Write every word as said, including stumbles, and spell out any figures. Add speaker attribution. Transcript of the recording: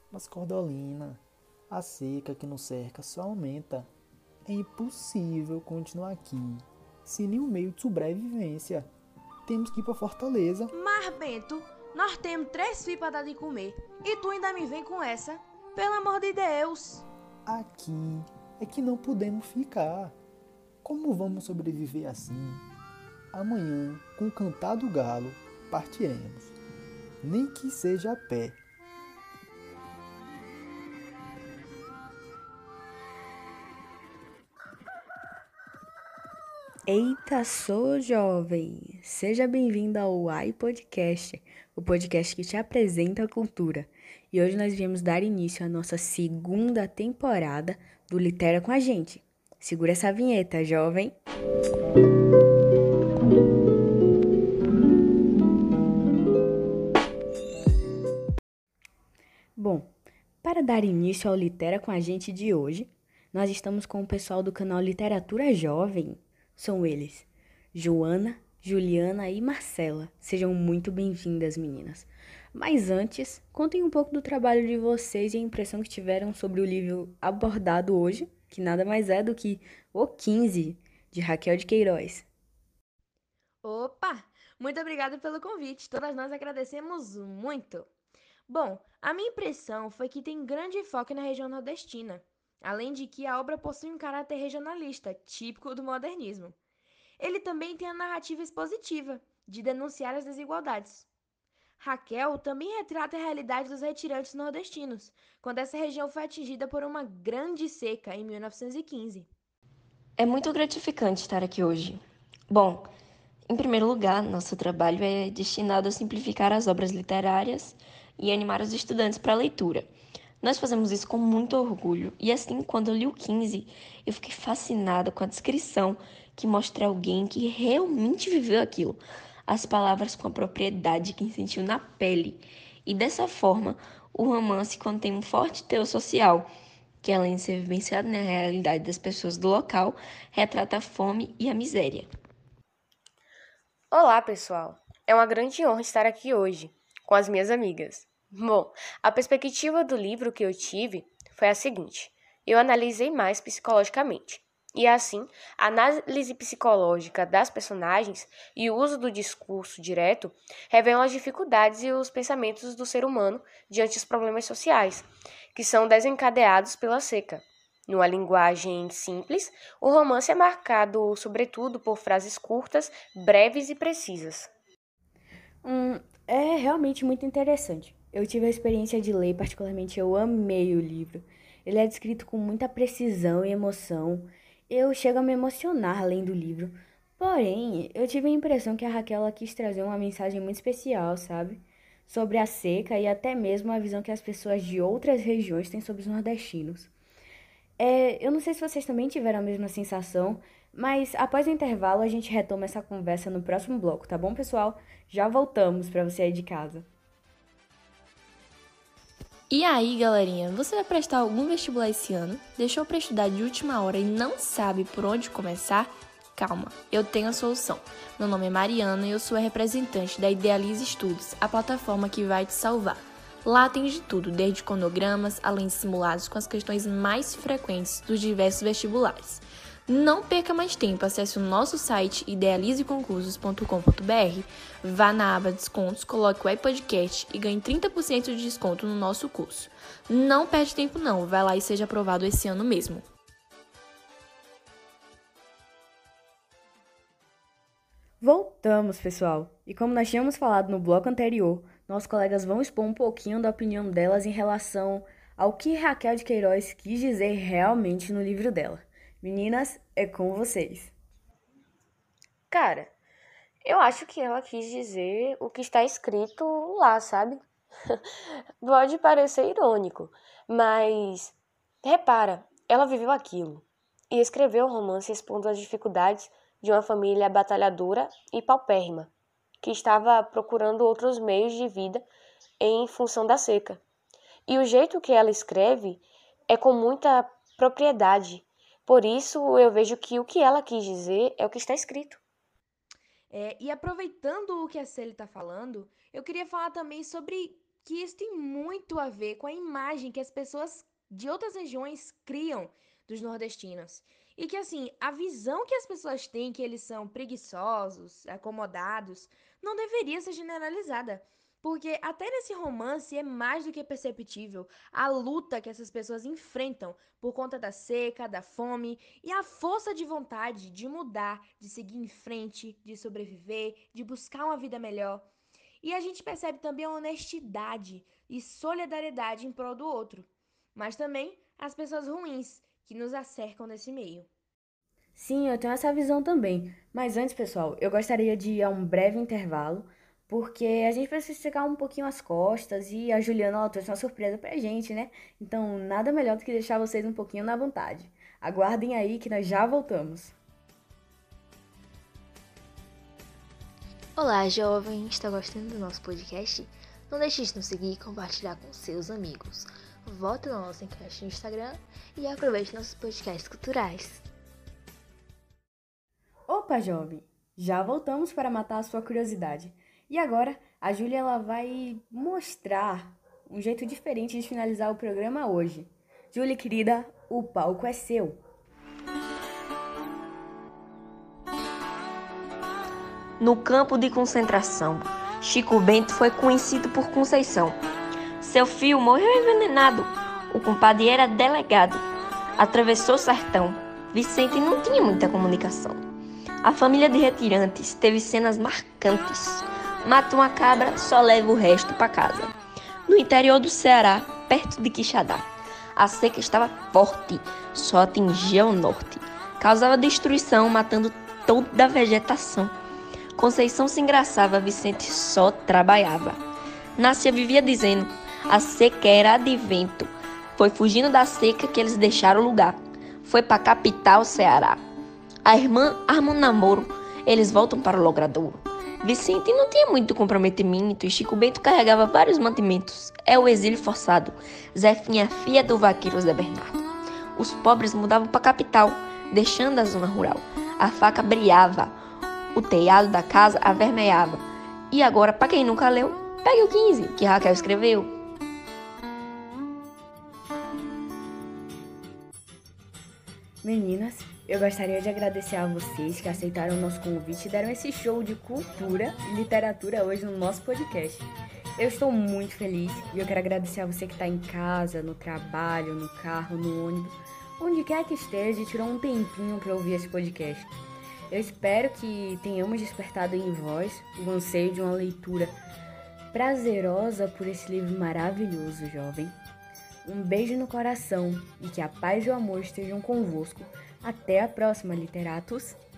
Speaker 1: Mas Cordolina, a seca que nos cerca só aumenta. É impossível continuar aqui, sem nenhum meio de sobrevivência. Temos que ir para Fortaleza.
Speaker 2: Mas, Bento, nós temos três filhos para dar de comer. E tu ainda me vem com essa? Pelo amor de Deus!
Speaker 1: Aqui é que não podemos ficar. Como vamos sobreviver assim? Amanhã, com o cantar do galo, partiremos. Nem que seja a pé.
Speaker 3: Eita, sou jovem! Seja bem-vindo ao Uai Podcast, o podcast que te apresenta a cultura. E hoje nós viemos dar início à nossa segunda temporada do Litera com a gente. Segura essa vinheta, jovem! Bom, para dar início ao Litera com a gente de hoje, nós estamos com o pessoal do canal Literatura Jovem. São eles, Joana, Juliana e Marcela. Sejam muito bem-vindas, meninas. Mas antes, contem um pouco do trabalho de vocês e a impressão que tiveram sobre o livro abordado hoje, que nada mais é do que O quinze, de Raquel de Queiroz.
Speaker 2: Opa! Muito obrigada pelo convite. Todas nós agradecemos muito. Bom, a minha impressão foi que tem grande enfoque na região nordestina, além de que a obra possui um caráter regionalista, típico do modernismo. Ele também tem a narrativa expositiva, de denunciar as desigualdades. Raquel também retrata a realidade dos retirantes nordestinos, quando essa região foi atingida por uma grande seca em mil novecentos e quinze.
Speaker 4: É muito gratificante estar aqui hoje. Bom, em primeiro lugar, nosso trabalho é destinado a simplificar as obras literárias e animar os estudantes para a leitura. Nós fazemos isso com muito orgulho, e assim, quando eu li o quinze, eu fiquei fascinada com a descrição que mostra alguém que realmente viveu aquilo, as palavras com a propriedade que sentiu na pele. E dessa forma, o romance contém um forte teor social, que além de ser vivenciado na realidade das pessoas do local, retrata a fome e a miséria.
Speaker 5: Olá, pessoal! É uma grande honra estar aqui hoje, com as minhas amigas. Bom, a perspectiva do livro que eu tive foi a seguinte: eu analisei mais psicologicamente. E assim, a análise psicológica das personagens e o uso do discurso direto revelam as dificuldades e os pensamentos do ser humano diante dos problemas sociais, que são desencadeados pela seca. Numa linguagem simples, o romance é marcado, sobretudo, por frases curtas, breves e precisas.
Speaker 3: Hum, é realmente muito interessante. Eu tive a experiência de ler, particularmente eu amei o livro. Ele é descrito com muita precisão e emoção. Eu chego a me emocionar lendo o livro. Porém, eu tive a impressão que a Raquel ela quis trazer uma mensagem muito especial, sabe? Sobre a seca e até mesmo a visão que as pessoas de outras regiões têm sobre os nordestinos. É, eu não sei se vocês também tiveram a mesma sensação, mas após o intervalo a gente retoma essa conversa no próximo bloco, tá bom, pessoal? Já voltamos para você aí de casa.
Speaker 6: E aí, galerinha, você vai prestar algum vestibular esse ano? Deixou para estudar de última hora e não sabe por onde começar? Calma, eu tenho a solução. Meu nome é Mariana e eu sou a representante da Idealize Estudos, a plataforma que vai te salvar. Lá tem de tudo, desde cronogramas, além de simulados com as questões mais frequentes dos diversos vestibulares. Não perca mais tempo, acesse o nosso site idealize concursos ponto com ponto b r, vá na aba Descontos, coloque o iPodcast e ganhe trinta por cento de desconto no nosso curso. Não perde tempo não, vai lá e seja aprovado esse ano mesmo.
Speaker 3: Voltamos, pessoal! E como nós tínhamos falado no bloco anterior, nossos colegas vão expor um pouquinho da opinião delas em relação ao que Raquel de Queiroz quis dizer realmente no livro dela. Meninas, é com vocês.
Speaker 5: Cara, eu acho que ela quis dizer o que está escrito lá, sabe? Pode parecer irônico, mas repara, ela viveu aquilo e escreveu o romance expondo as dificuldades de uma família batalhadora e paupérrima, que estava procurando outros meios de vida em função da seca. E o jeito que ela escreve é com muita propriedade. Por isso, eu vejo que o que ela quis dizer é o que está escrito.
Speaker 2: É, e aproveitando o que a Celi está falando, eu queria falar também sobre que isso tem muito a ver com a imagem que as pessoas de outras regiões criam dos nordestinos. E que, assim, a visão que as pessoas têm que eles são preguiçosos, acomodados, não deveria ser generalizada. Porque até nesse romance é mais do que perceptível a luta que essas pessoas enfrentam por conta da seca, da fome e a força de vontade de mudar, de seguir em frente, de sobreviver, de buscar uma vida melhor. E a gente percebe também a honestidade e solidariedade em prol do outro, mas também as pessoas ruins que nos acercam nesse meio.
Speaker 3: Sim, eu tenho essa visão também. Mas antes, pessoal, eu gostaria de ir a um breve intervalo, porque a gente precisa esticar um pouquinho as costas e a Juliana, ó, trouxe uma surpresa pra gente, né? Então, nada melhor do que deixar vocês um pouquinho na vontade. Aguardem aí que nós já voltamos.
Speaker 6: Olá, jovem! Está gostando do nosso podcast? Não deixe de nos seguir e compartilhar com seus amigos. Volte na nossa enquete no Instagram e aproveite nossos podcasts culturais.
Speaker 3: Opa, jovem! Já voltamos para matar a sua curiosidade. E agora, a Júlia ela vai mostrar um jeito diferente de finalizar o programa hoje. Júlia, querida, o palco é seu.
Speaker 4: No campo de concentração, Chico Bento foi conhecido por Conceição. Seu filho morreu envenenado. O compadre era delegado. Atravessou o sertão. Vicente não tinha muita comunicação. A família de retirantes teve cenas marcantes. Mata uma cabra, só leva o resto para casa. No interior do Ceará, perto de Quixadá, a seca estava forte, só atingia o norte. Causava destruição, matando toda a vegetação. Conceição se engraçava, Vicente só trabalhava. Nácia vivia dizendo, a seca era advento. Foi fugindo da seca que eles deixaram o lugar. Foi pra capital, Ceará. A irmã arma um namoro, eles voltam para o logradouro. Vicente não tinha muito comprometimento e Chico Bento carregava vários mantimentos. É o exílio forçado. Zefinha, filha do vaqueiro Zé Bernardo. Os pobres mudavam pra capital, deixando a zona rural. A faca brilhava. O telhado da casa avermelhava. E agora, para quem nunca leu, pegue o quinze, que Raquel escreveu.
Speaker 3: Meninas, eu gostaria de agradecer a vocês que aceitaram o nosso convite e deram esse show de cultura e literatura hoje no nosso podcast. Eu estou muito feliz e eu quero agradecer a você que está em casa, no trabalho, no carro, no ônibus, onde quer que esteja e tirou um tempinho para ouvir esse podcast. Eu espero que tenhamos despertado em vós o anseio de uma leitura prazerosa por esse livro maravilhoso, jovem. Um beijo no coração e que a paz e o amor estejam convosco. Até a próxima, literatos!